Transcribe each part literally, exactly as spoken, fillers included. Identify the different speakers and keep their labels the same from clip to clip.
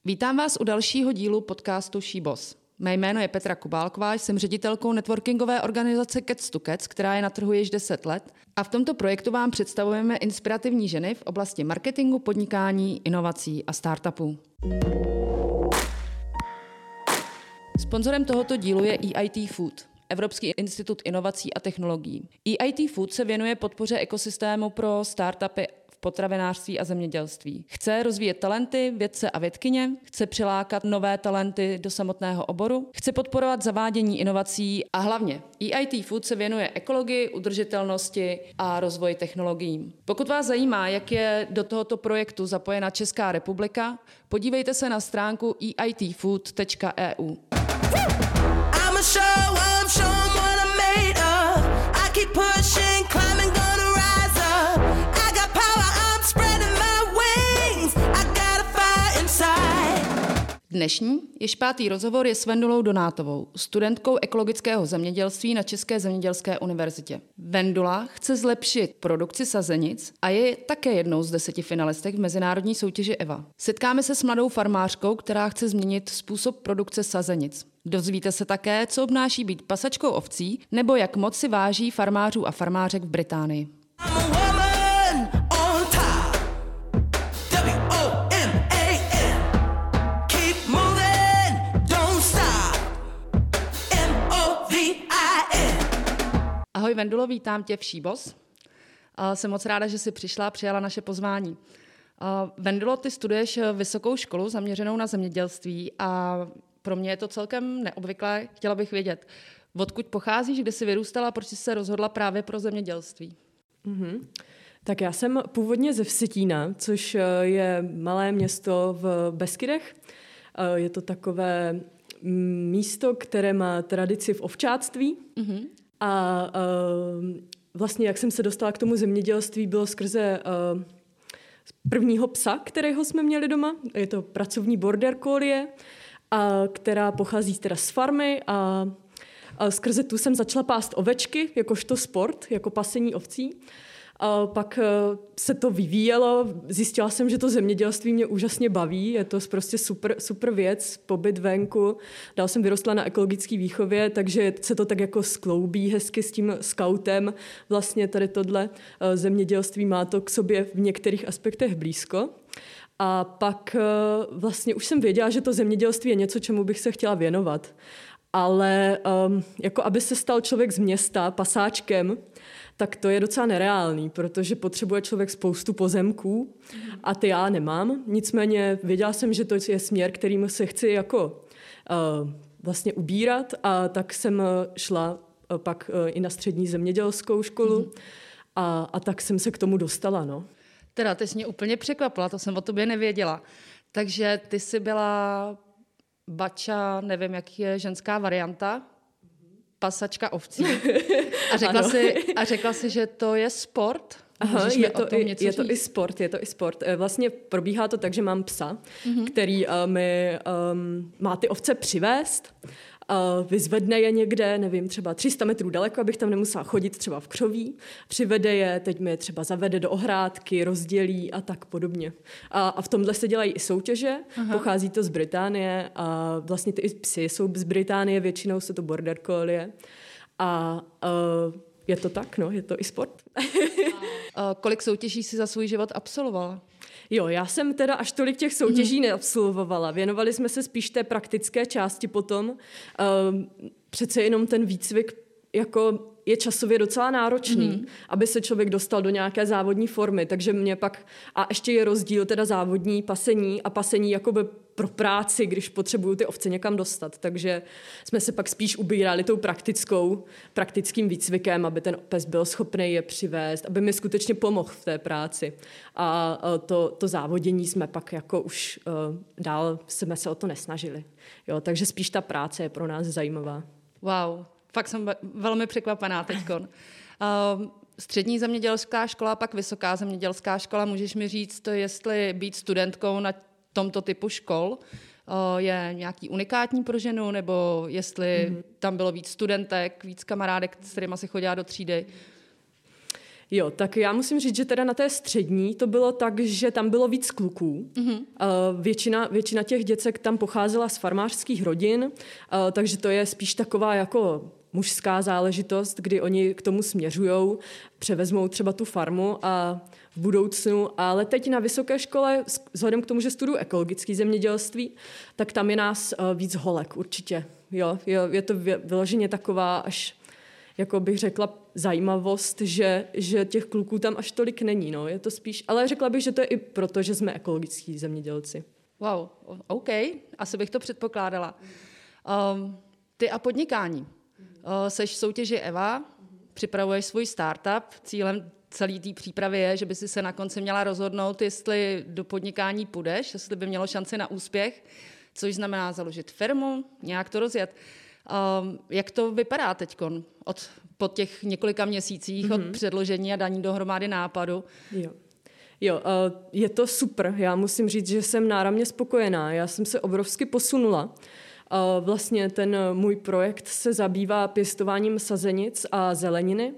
Speaker 1: Vítám vás u dalšího dílu podcastu She Boss. Mé jméno je Petra Kubálková, jsem ředitelkou networkingové organizace Cats to Cats, která je na trhu již deset let. A v tomto projektu vám představujeme inspirativní ženy v oblasti marketingu, podnikání, inovací a startupů. Sponzorem tohoto dílu je E I T Food, Evropský institut inovací a technologií. E I T Food se věnuje podpoře ekosystému pro startupy v potravinářství a zemědělství. Chce rozvíjet talenty, vědce a vědkyně, chce přilákat nové talenty do samotného oboru, chce podporovat zavádění inovací a hlavně E I T Food se věnuje ekologii, udržitelnosti a rozvoji technologií. Pokud vás zajímá, jak je do tohoto projektu zapojena Česká republika, podívejte se na stránku e i t food tečka e u. Dnešní, již pátý rozhovor je s Vendulou Donátovou, studentkou ekologického zemědělství na České zemědělské univerzitě. Vendula chce zlepšit produkci sazenic a je také jednou z deseti finalistek v mezinárodní soutěži E V A. Setkáme se s mladou farmářkou, která chce změnit způsob produkce sazenic. Dozvíte se také, co obnáší být pasačkou ovcí, nebo jak moc si váží farmářů a farmářek v Británii. Ahoj Vendulo, vítám tě v She Boss. Jsem moc ráda, že jsi přišla a přijala naše pozvání. Vendulo, ty studuješ vysokou školu zaměřenou na zemědělství a pro mě je to celkem neobvyklé. Chtěla bych vědět, odkud pocházíš, kde jsi vyrůstala a proč jsi se rozhodla právě pro zemědělství?
Speaker 2: Mm-hmm. Tak já jsem původně ze Vsetína, což je malé město v Beskydech. Je to takové místo, které má tradici v ovčáctví. Mm-hmm. A uh, vlastně, jak jsem se dostala k tomu zemědělství, bylo skrze uh, prvního psa, kterého jsme měli doma. Je to pracovní border collie, a, která pochází teda z farmy a, a skrze tu jsem začala pást ovečky, jakožto sport, jako pasení ovcí. A pak se to vyvíjelo, zjistila jsem, že to zemědělství mě úžasně baví, je to prostě super, super věc, pobyt venku. Dál jsem vyrostla na ekologické výchově, takže se to tak jako skloubí hezky s tím skautem. Vlastně tady tohle zemědělství má to k sobě v některých aspektech blízko. A pak vlastně už jsem věděla, že to zemědělství je něco, čemu bych se chtěla věnovat. Ale um, jako aby se stal člověk z města pasáčkem, tak to je docela nereálný, protože potřebuje člověk spoustu pozemků a ty já nemám. Nicméně věděla jsem, že to je směr, kterým se chci jako uh, vlastně ubírat a tak jsem šla uh, pak uh, i na střední zemědělskou školu mm. a, a tak jsem se k tomu dostala, no.
Speaker 1: Teda, ty jsi mě úplně překvapila, to jsem o tobě nevěděla. Takže ty jsi byla bača, nevím, jak je ženská varianta, pasačka ovcí. A řekla, si, a řekla si, že to je sport?
Speaker 2: Aha, je to, i, je to i sport, je to i sport. Vlastně probíhá to tak, že mám psa, mm-hmm. který uh, mi um, má ty ovce přivést, uh, vyzvedne je někde, nevím, třeba tři sta metrů daleko, abych tam nemusela chodit třeba v křoví, přivede je, teď mi je třeba zavede do ohrádky, rozdělí a tak podobně. A, a v tomhle se dělají i soutěže, aha. Pochází to z Británie a vlastně ty psy jsou z Británie, většinou se to border collie a uh, je to tak, no, je to i sport.
Speaker 1: A kolik soutěží jsi za svůj život absolvovala?
Speaker 2: Jo, já jsem teda až tolik těch soutěží mm-hmm. neabsolvovala. Věnovali jsme se spíš té praktické části potom. Um, přece jenom ten výcvik jako je časově docela náročný, mm-hmm. aby se člověk dostal do nějaké závodní formy, takže mě pak, a ještě je rozdíl teda závodní pasení a pasení jakoby pro práci, když potřebuju ty ovce někam dostat, takže jsme se pak spíš ubírali tou praktickou, praktickým výcvikem, aby ten pes byl schopný je přivést, aby mi skutečně pomohl v té práci. A to, to závodění jsme pak jako už uh, dál jsme se o to nesnažili. Jo, takže spíš ta práce je pro nás zajímavá.
Speaker 1: Wow. Fakt jsem velmi překvapená teďkon. Uh, střední zemědělská škola, pak vysoká zemědělská škola. Můžeš mi říct, to jestli být studentkou na tomto typu škol uh, je nějaký unikátní pro ženu, nebo jestli mm-hmm. tam bylo víc studentek, víc kamarádek, s kterýma si chodila do třídy?
Speaker 2: Jo, tak já musím říct, že teda na té střední to bylo tak, že tam bylo víc kluků. Mm-hmm. Většina, většina těch děcek tam pocházela z farmářských rodin, takže to je spíš taková jako mužská záležitost, kdy oni k tomu směřujou, převezmou třeba tu farmu a v budoucnu, ale teď na vysoké škole, vzhledem k tomu, že studuju ekologické zemědělství, tak tam je nás víc holek určitě. Jo, je to vyloženě taková až, jako bych řekla, zajímavost, že, že těch kluků tam až tolik není. No. Je to spíš, ale řekla bych, že to je i proto, že jsme ekologický zemědělci.
Speaker 1: Wow, OK, asi bych to předpokládala. Um, ty a podnikání. Uh, seš v soutěži Eva, připravuješ svůj startup, cílem celé té přípravy je, že by si se na konci měla rozhodnout, jestli do podnikání půjdeš, jestli by mělo šanci na úspěch, což znamená založit firmu, nějak to rozjet. Um, jak to vypadá teď od po těch několika měsících mm-hmm. od předložení a daní dohromady nápadu?
Speaker 2: Jo. Jo, je to super. Já musím říct, že jsem náramně spokojená. Já jsem se obrovsky posunula. Vlastně ten můj projekt se zabývá pěstováním sazenic a zeleniny.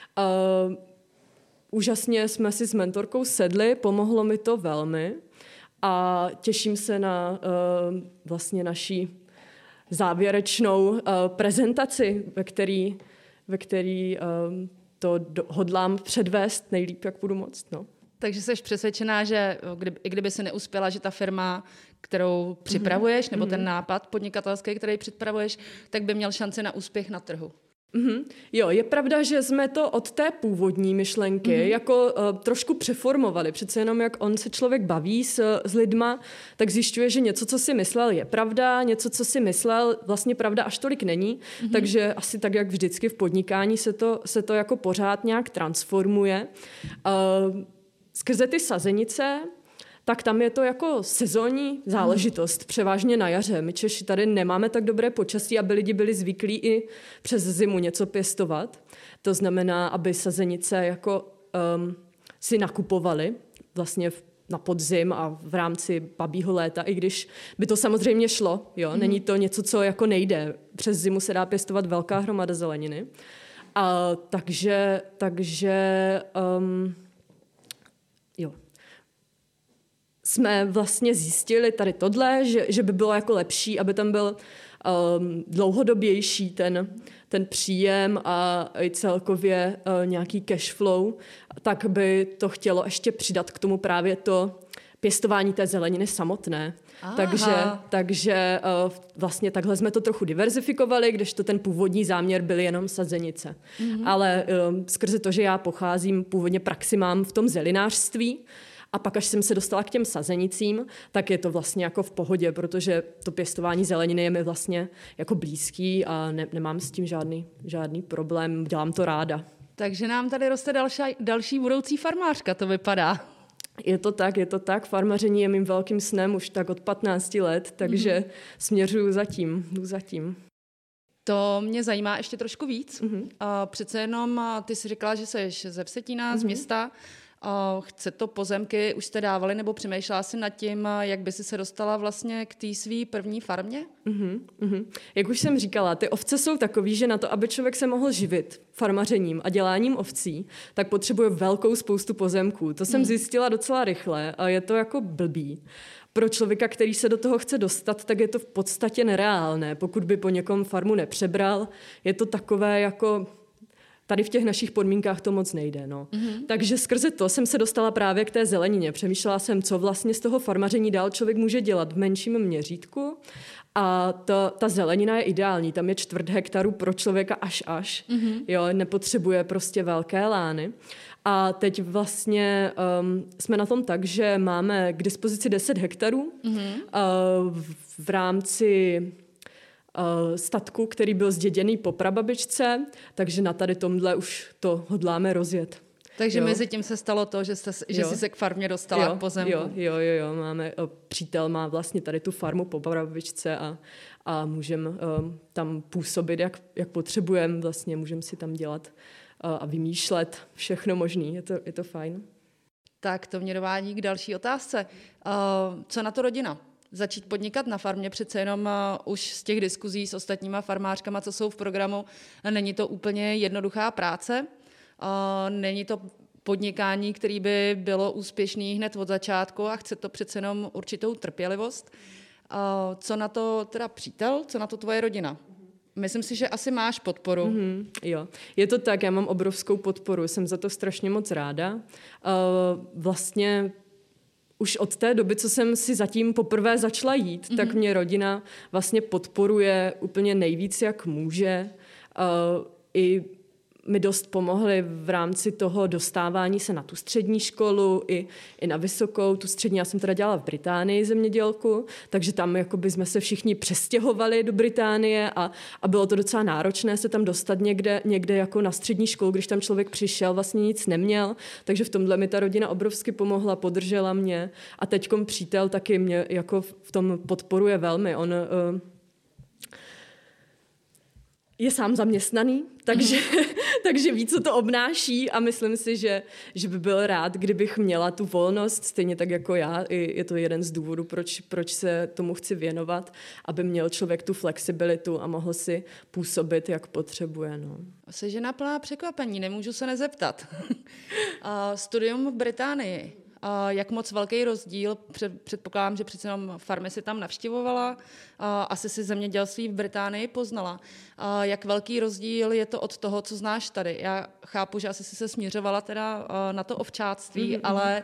Speaker 2: Úžasně jsme si s mentorkou sedli, pomohlo mi to velmi a těším se na vlastně naší závěrečnou prezentaci, ve který, ve který to hodlám předvést nejlíp, jak budu moct. No.
Speaker 1: Takže jsi přesvědčená, že kdyby, i kdyby si neuspěla, že ta firma, kterou připravuješ, mm-hmm. nebo ten nápad podnikatelský, který připravuješ, tak by měl šanci na úspěch na trhu.
Speaker 2: Mm-hmm. Jo, je pravda, že jsme to od té původní myšlenky mm-hmm. jako uh, trošku přeformovali. Přece jenom, jak on se člověk baví s, s lidma, tak zjišťuje, že něco, co si myslel, je pravda, něco, co si myslel, vlastně pravda až tolik není. Mm-hmm. Takže asi tak, jak vždycky v podnikání se to, se to jako pořád nějak transformuje. Uh, skrze ty sazenice, tak tam je to jako sezónní záležitost, převážně na jaře. My Češi tady nemáme tak dobré počasí, aby lidi byli zvyklí i přes zimu něco pěstovat. To znamená, aby sazenice jako um, si nakupovali vlastně v, na podzim a v rámci babího léta, i když by to samozřejmě šlo. Jo? Mm. Není to něco, co jako nejde. Přes zimu se dá pěstovat velká hromada zeleniny. A, takže takže um, jo. jsme vlastně zjistili tady tohle, že, že by bylo jako lepší, aby tam byl um, dlouhodobější ten, ten příjem a i celkově uh, nějaký cash flow, tak by to chtělo ještě přidat k tomu právě to pěstování té zeleniny samotné. Aha. Takže, takže uh, vlastně takhle jsme to trochu diverzifikovali, kdežto ten původní záměr byl jenom sazenice. Mm-hmm. Ale um, skrze to, že já pocházím, původně praxi mám v tom zelinářství, a pak, až jsem se dostala k těm sazenicím, tak je to vlastně jako v pohodě, protože to pěstování zeleniny je mi vlastně jako blízký a ne, nemám s tím žádný, žádný problém, dělám to ráda.
Speaker 1: Takže nám tady roste další, další budoucí farmářka, to vypadá.
Speaker 2: Je to tak, je to tak. Farmaření je mým velkým snem už tak od patnácti let, takže mm-hmm. směřuju za tím, jdu za tím.
Speaker 1: To mě zajímá ještě trošku víc. Mm-hmm. A přece jenom ty jsi říkala, že jsi ze Vsetína, mm-hmm. z města. Chce to pozemky, už jste dávali nebo přemýšlela si nad tím, jak by si se dostala vlastně k té svý první farmě? Mm-hmm,
Speaker 2: mm-hmm. Jak už jsem říkala, ty ovce jsou takový, že na to, aby člověk se mohl živit farmařením a děláním ovcí, tak potřebuje velkou spoustu pozemků. To jsem mm. zjistila docela rychle a je to jako blbý. Pro člověka, který se do toho chce dostat, tak je to v podstatě nereálné. Pokud by po někom farmu nepřebral, je to takové jako... Tady v těch našich podmínkách to moc nejde. No. Mm-hmm. Takže skrze to jsem se dostala právě k té zelenině. Přemýšlela jsem, co vlastně z toho farmaření dál člověk může dělat v menším měřítku. A ta, ta zelenina je ideální. Tam je čtvrt hektaru pro člověka až až. Mm-hmm. Jo, nepotřebuje prostě velké lány. A teď vlastně um, jsme na tom tak, že máme k dispozici deset hektarů mm-hmm. uh, v, v rámci... statku, který byl zděděný po prababičce, takže na tady tomhle už to hodláme rozjet.
Speaker 1: Takže jo. mezi tím se stalo to, že, jste, že jsi se k farmě dostala
Speaker 2: jo,
Speaker 1: k pozemku.
Speaker 2: Jo, jo, jo, jo. Máme, přítel má vlastně tady tu farmu po prababičce a, a můžeme um, tam působit, jak, jak potřebujeme. Vlastně můžeme si tam dělat uh, a vymýšlet všechno možné. Je to, je to fajn.
Speaker 1: Tak to mě dovádí k další otázce. Uh, co na to rodina? Začít podnikat na farmě, přece jenom uh, už z těch diskuzí s ostatníma farmářkama, co jsou v programu, není to úplně jednoduchá práce. Uh, není to podnikání, který by bylo úspěšný hned od začátku a chce to přece jenom určitou trpělivost. Co na to teda přítel, co na to tvoje rodina? Myslím si, že asi máš podporu.
Speaker 2: Mm-hmm, jo, je to tak, já mám obrovskou podporu, jsem za to strašně moc ráda. Uh, vlastně už od té doby, co jsem si zatím poprvé začala jít, mm-hmm. tak mě rodina vlastně podporuje úplně nejvíc, jak může. Uh, I mi dost pomohli v rámci toho dostávání se na tu střední školu i, i na vysokou. Tu střední já jsem teda dělala v Británii zemědělku, takže tam jakoby jsme se všichni přestěhovali do Británie a, a bylo to docela náročné se tam dostat někde, někde jako na střední školu, když tam člověk přišel, vlastně nic neměl, takže v tomhle mi ta rodina obrovsky pomohla, podržela mě a teďkom přítel taky mě jako v tom podporuje velmi. On uh, je sám zaměstnaný, takže, mm. takže ví, co to obnáší a myslím si, že, že by byl rád, kdybych měla tu volnost, stejně tak jako já. I je to jeden z důvodů, proč, proč se tomu chci věnovat, aby měl člověk tu flexibilitu a mohl si působit, jak potřebuje. No.
Speaker 1: Jsi žena plná překvapení, nemůžu se nezeptat. Studium v Británii. Jak moc velký rozdíl, předpokládám, že přece jenom farmy si tam navštěvovala, asi si zemědělství v Británii poznala. Jak velký rozdíl je to od toho, co znáš tady? Já chápu, že asi si se směřovala teda na to ovčáctví, mm-hmm. ale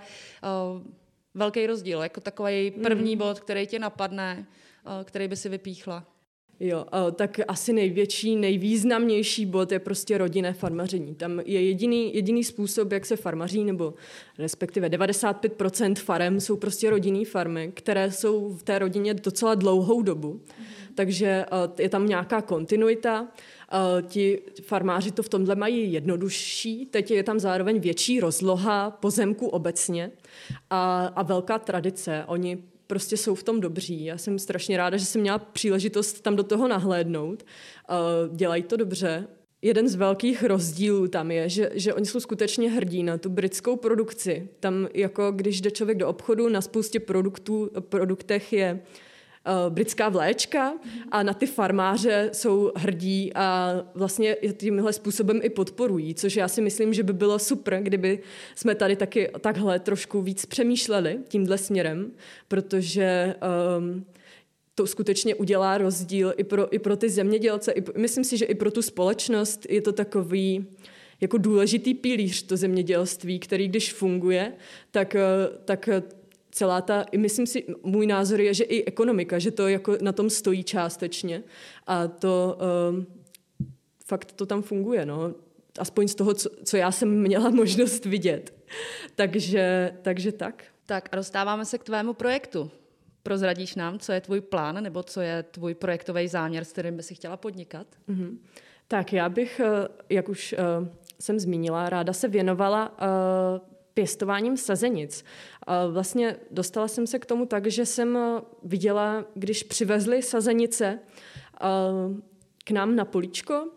Speaker 1: velký rozdíl, jako takový první mm-hmm. bod, který tě napadne, který by si vypíchla.
Speaker 2: Jo, tak asi největší, nejvýznamnější bod je prostě rodinné farmaření. Tam je jediný, jediný způsob, jak se farmaří, nebo respektive devadesát pět procent farem jsou prostě rodinné farmy, které jsou v té rodině docela dlouhou dobu. Mm. Takže je tam nějaká kontinuita. Ti farmáři to v tomhle mají jednodušší. Teď je tam zároveň větší rozloha pozemku obecně a, a velká tradice. Oni prostě jsou v tom dobří. Já jsem strašně ráda, že jsem měla příležitost tam do toho nahlédnout. Dělají to dobře. Jeden z velkých rozdílů tam je, že, že oni jsou skutečně hrdí na tu britskou produkci. Tam jako když jde člověk do obchodu, na spoustě produktů, produktech je uh, britská vléčka a na ty farmáře jsou hrdí a vlastně tímhle způsobem i podporují, což já si myslím, že by bylo super, kdyby jsme tady taky takhle trošku víc přemýšleli tímhle směrem, protože um, to skutečně udělá rozdíl i pro, i pro ty zemědělce. I, myslím si, že i pro tu společnost je to takový jako důležitý pilíř, to zemědělství, který když funguje, tak, tak celá ta, myslím si, můj názor je, že i ekonomika, že to jako na tom stojí částečně a to um, fakt to tam funguje, no. Aspoň z toho, co, co já jsem měla možnost vidět. Takže, takže tak.
Speaker 1: Tak a dostáváme se k tvému projektu. Prozradíš nám, co je tvůj plán nebo co je tvůj projektový záměr, s kterým by si chtěla podnikat?
Speaker 2: Mm-hmm. Tak já bych, jak už uh, jsem zmínila, ráda se věnovala uh, pěstováním sazenic. Uh, vlastně dostala jsem se k tomu tak, že jsem viděla, když přivezli sazenice uh, k nám na políčko,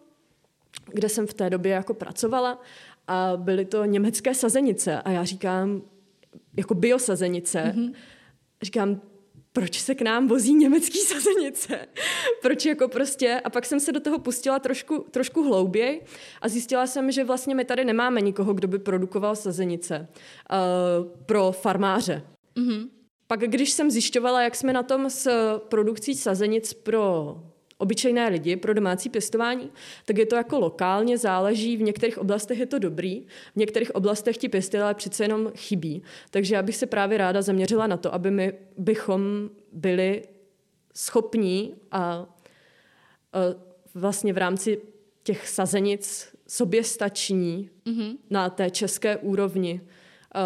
Speaker 2: kde jsem v té době jako pracovala a byly to německé sazenice a já říkám, jako biosazenice, mm-hmm. říkám, proč se k nám vozí německý sazenice? Proč jako prostě? A pak jsem se do toho pustila trošku, trošku hlouběji a zjistila jsem, že vlastně my tady nemáme nikoho, kdo by produkoval sazenice uh, pro farmáře. Mm-hmm. Pak když jsem zjišťovala, jak jsme na tom s produkcí sazenic pro obyčejné lidi, pro domácí pěstování, tak je to jako lokálně, záleží, v některých oblastech je to dobrý, v některých oblastech ti pěstitelé přece jenom chybí. Takže já bych se právě ráda zaměřila na to, aby my bychom byli schopní a, a vlastně v rámci těch sazenic soběstační mm-hmm. na té české úrovni, a,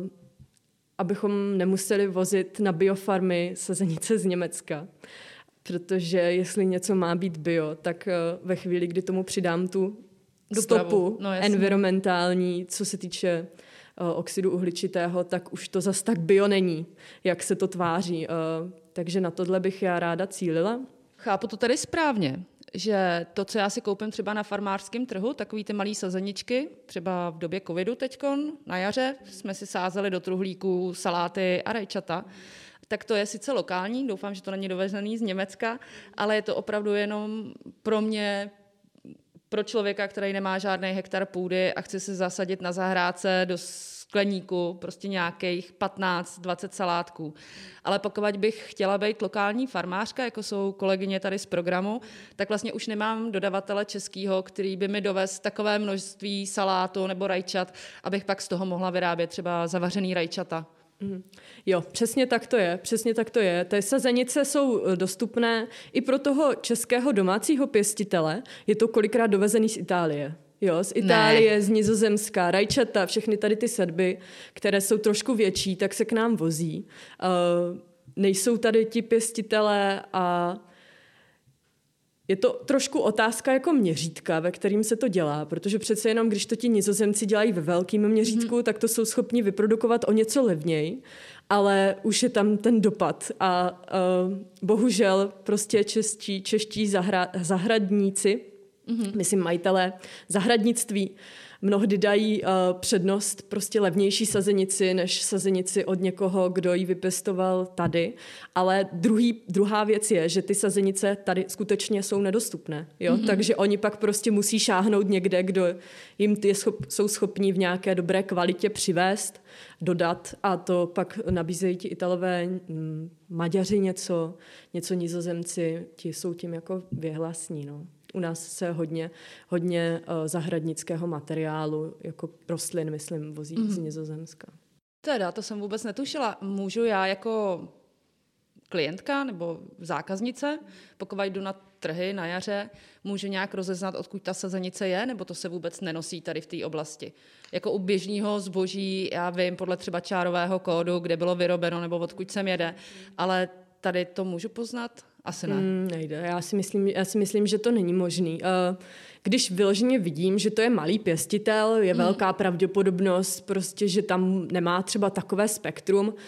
Speaker 2: abychom nemuseli vozit na biofarmy sazenice z Německa. Protože jestli něco má být bio, tak ve chvíli, kdy tomu přidám tu stopu no, environmentální, co se týče uh, oxidu uhličitého, tak už to zas tak bio není, jak se to tváří. Uh, takže na tohle bych já ráda cílila.
Speaker 1: Chápu to tady správně, že to, co já si koupím třeba na farmářském trhu, takový ty malý sazeničky, třeba v době covidu teďkon, na jaře, jsme si sázeli do truhlíků saláty a rajčata, tak to je sice lokální, doufám, že to není dovezený z Německa, ale je to opravdu jenom pro mě pro člověka, který nemá žádný hektar půdy a chce se zasadit na zahrádce do skleníku prostě nějakých patnáct dvacet salátků. Ale pokud bych chtěla být lokální farmářka, jako jsou kolegyně tady z programu, tak vlastně už nemám dodavatele českýho, který by mi dovez takové množství salátu nebo rajčat, abych pak z toho mohla vyrábět třeba zavařený rajčata.
Speaker 2: Mm. Jo, přesně tak to je, přesně tak to je. Ty sazenice jsou dostupné i pro toho českého domácího pěstitele. Je to kolikrát dovezený z Itálie. Jo, z Itálie, ne. Z Nizozemska, rajčata, všechny tady ty sadby, které jsou trošku větší, tak se k nám vozí. Uh, nejsou tady ti pěstitelé a je to trošku otázka jako měřítka, ve kterým se to dělá, protože přece jenom, když to ti Nizozemci dělají ve velkém měřítku, mm. tak to jsou schopni vyprodukovat o něco levněji, ale už je tam ten dopad a uh, bohužel prostě čeští, čeští zahra, zahradníci, mm-hmm. myslím majitelé zahradnictví, mnohdy dají uh, přednost prostě levnější sazenici než sazenici od někoho, kdo ji vypěstoval tady. Ale druhý, druhá věc je, že ty sazenice tady skutečně jsou nedostupné. Jo? Mm-hmm. Takže oni pak prostě musí šáhnout někde, kdo jim ty schop, jsou schopní v nějaké dobré kvalitě přivést, dodat a to pak nabízejí ti Italové, m, Maďaři něco, něco Nizozemci, ti jsou tím jako věhlasní, no. U nás se hodně, hodně uh, zahradnického materiálu, jako rostlin, myslím, vozí mm. z Nizozemska.
Speaker 1: Teda, to jsem vůbec netušila. Můžu já jako klientka nebo zákaznice, pokud jdu na trhy na jaře, můžu nějak rozeznat, odkud ta sazenice je, nebo to se vůbec nenosí tady v té oblasti? Jako u běžného zboží, já vím podle třeba čárového kódu, kde bylo vyrobeno nebo odkud sem jede, ale tady to můžu poznat? Asi ne.
Speaker 2: Mm, nejde. Já si, myslím, já si myslím, že to není možný. Uh, když vyloženě vidím, že to je malý pěstitel, je mm. velká pravděpodobnost, prostě, že tam nemá třeba takové spektrum uh,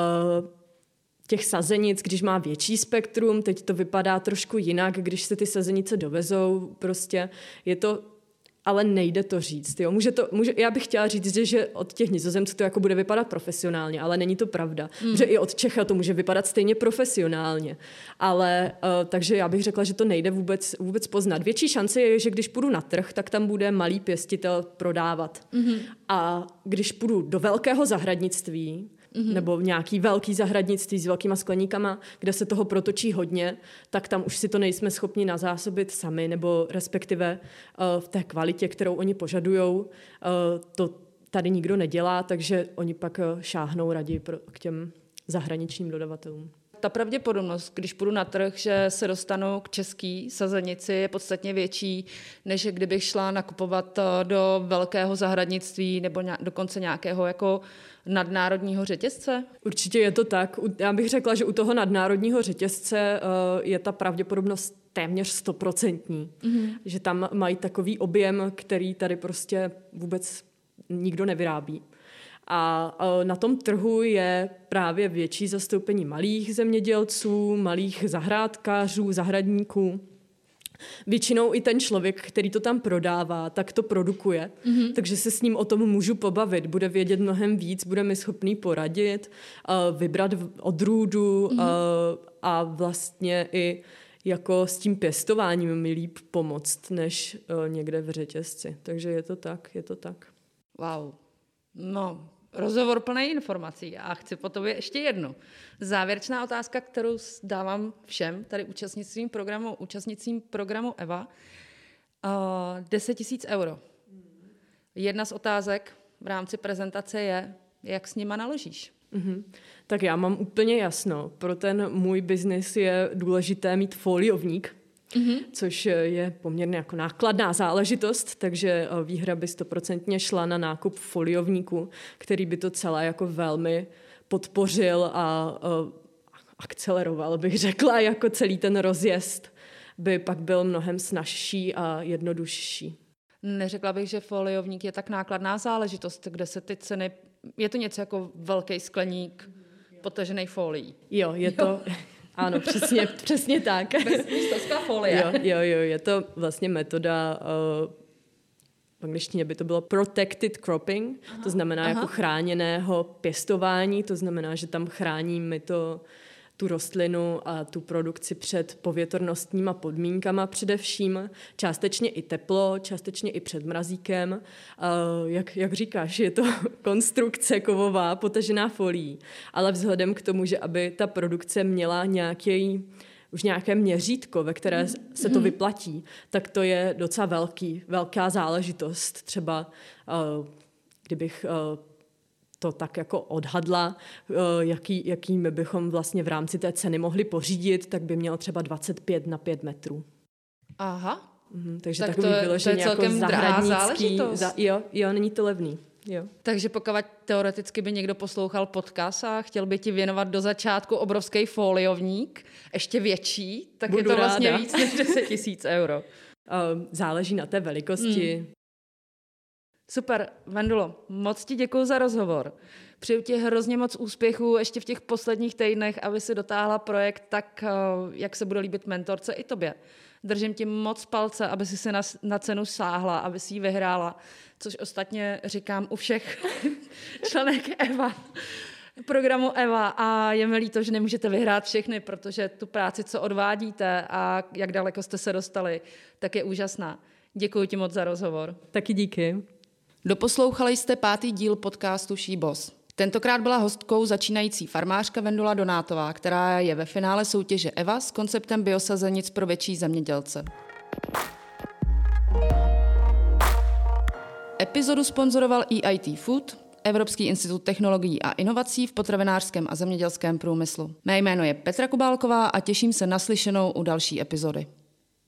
Speaker 2: těch sazenic, když má větší spektrum, teď to vypadá trošku jinak, když se ty sazenice dovezou, prostě je to ale nejde to říct. Jo. Může to, může, já bych chtěla říct, že od těch Nizozemců to jako bude vypadat profesionálně, ale není to pravda. Mm. Že i od Čecha to může vypadat stejně profesionálně. Ale uh, takže já bych řekla, že to nejde vůbec, vůbec poznat. Větší šance je, že když půjdu na trh, tak tam bude malý pěstitel prodávat. Mm. A když půjdu do velkého zahradnictví, Mm-hmm. nebo nějaký velký zahradnictví s velkýma skleníkama, kde se toho protočí hodně, tak tam už si to nejsme schopni nazásobit sami, nebo respektive uh, v té kvalitě, kterou oni požadujou, uh, to tady nikdo nedělá, takže oni pak uh, šáhnou raději pro, k těm zahraničním dodavatelům.
Speaker 1: Ta pravděpodobnost, když půjdu na trh, že se dostanu k český sazenici, je podstatně větší, než kdybych šla nakupovat do velkého zahradnictví nebo ně, dokonce nějakého jako nadnárodního řetězce?
Speaker 2: Určitě je to tak. Já bych řekla, že u toho nadnárodního řetězce uh, je ta pravděpodobnost téměř stoprocentní. Mm-hmm. Že tam mají takový objem, který tady prostě vůbec nikdo nevyrábí. A na tom trhu je právě větší zastoupení malých zemědělců, malých zahrádkářů, zahradníků. Většinou i ten člověk, který to tam prodává, tak to produkuje. Mm-hmm. Takže se s ním o tom můžu pobavit. Bude vědět mnohem víc, bude mi schopný poradit, vybrat odrůdu mm-hmm. a vlastně i jako s tím pěstováním mi líp pomoct, než někde v řetězci. Takže je to tak, je to tak.
Speaker 1: Wow. No, rozhovor plný informací a chci po tobě ještě jednu. Závěrečná otázka, kterou dávám všem tady účastnictvím programu, účastnicím programu Eva. Uh, deset tisíc euro. Jedna z otázek v rámci prezentace je, jak s nima naložíš.
Speaker 2: Mm-hmm. Tak já mám úplně jasno. Pro ten můj biznis je důležité mít foliovník, mm-hmm. což je poměrně jako nákladná záležitost, takže výhra by stoprocentně šla na nákup foliovníku, který by to celé jako velmi podpořil a uh, akceleroval, bych řekla, jako celý ten rozjezd by pak byl mnohem snazší a jednodušší.
Speaker 1: Neřekla bych, že foliovník je tak nákladná záležitost, kde se ty ceny, je to něco jako velký skleník potaženej folií.
Speaker 2: Jo, je to... Jo. Ano, přesně, přesně tak.
Speaker 1: Bezpístovská folie.
Speaker 2: Jo, jo, jo, je to vlastně metoda, uh, v angličtině by to bylo protected cropping, aha, to znamená aha. jako chráněného pěstování, to znamená, že tam chráníme to, tu rostlinu a tu produkci před povětrnostníma podmínkama především, částečně i teplo, částečně i před mrazíkem. Jak, jak říkáš, je to konstrukce kovová, potažená folií, ale vzhledem k tomu, že aby ta produkce měla nějaký, už nějaké měřítko, ve které se to vyplatí, tak to je docela velký, velká záležitost. Třeba kdybych to tak jako odhadla, jaký, jakými bychom vlastně v rámci té ceny mohli pořídit, tak by mělo třeba dvacet pět na pět metrů.
Speaker 1: Aha.
Speaker 2: Mhm, takže
Speaker 1: tak
Speaker 2: takový
Speaker 1: to,
Speaker 2: vyloženě
Speaker 1: to je celkem
Speaker 2: jako
Speaker 1: drahá záležitost.
Speaker 2: Za, jo, jo, není to levný. Jo.
Speaker 1: Takže pokud teoreticky by někdo poslouchal podcast a chtěl by ti věnovat do začátku obrovský foliovník, ještě větší, tak Budu je to ráda. Vlastně víc než deset tisíc euro.
Speaker 2: Záleží na té velikosti. Hmm.
Speaker 1: Super, Vendulo, moc ti děkuju za rozhovor. Přeju ti hrozně moc úspěchů ještě v těch posledních týdnech, aby si dotáhla projekt tak, jak se bude líbit mentorce i tobě. Držím ti moc palce, aby si se na, na cenu sáhla, aby si ji vyhrála, což ostatně říkám u všech členek Eva, programu Eva, a je mi líto, že nemůžete vyhrát všechny, protože tu práci, co odvádíte a jak daleko jste se dostali, tak je úžasná. Děkuji ti moc za rozhovor.
Speaker 2: Taky díky.
Speaker 1: Doposlouchali jste pátý díl podcastu She Boss. Tentokrát byla hostkou začínající farmářka Vendula Donátová, která je ve finále soutěže Eva s konceptem biosazenic pro větší zemědělce. Epizodu sponzoroval E I T Food, Evropský institut technologií a inovací v potravinářském a zemědělském průmyslu. Mé jméno je Petra Kubálková a těším se na slyšenou u další epizody.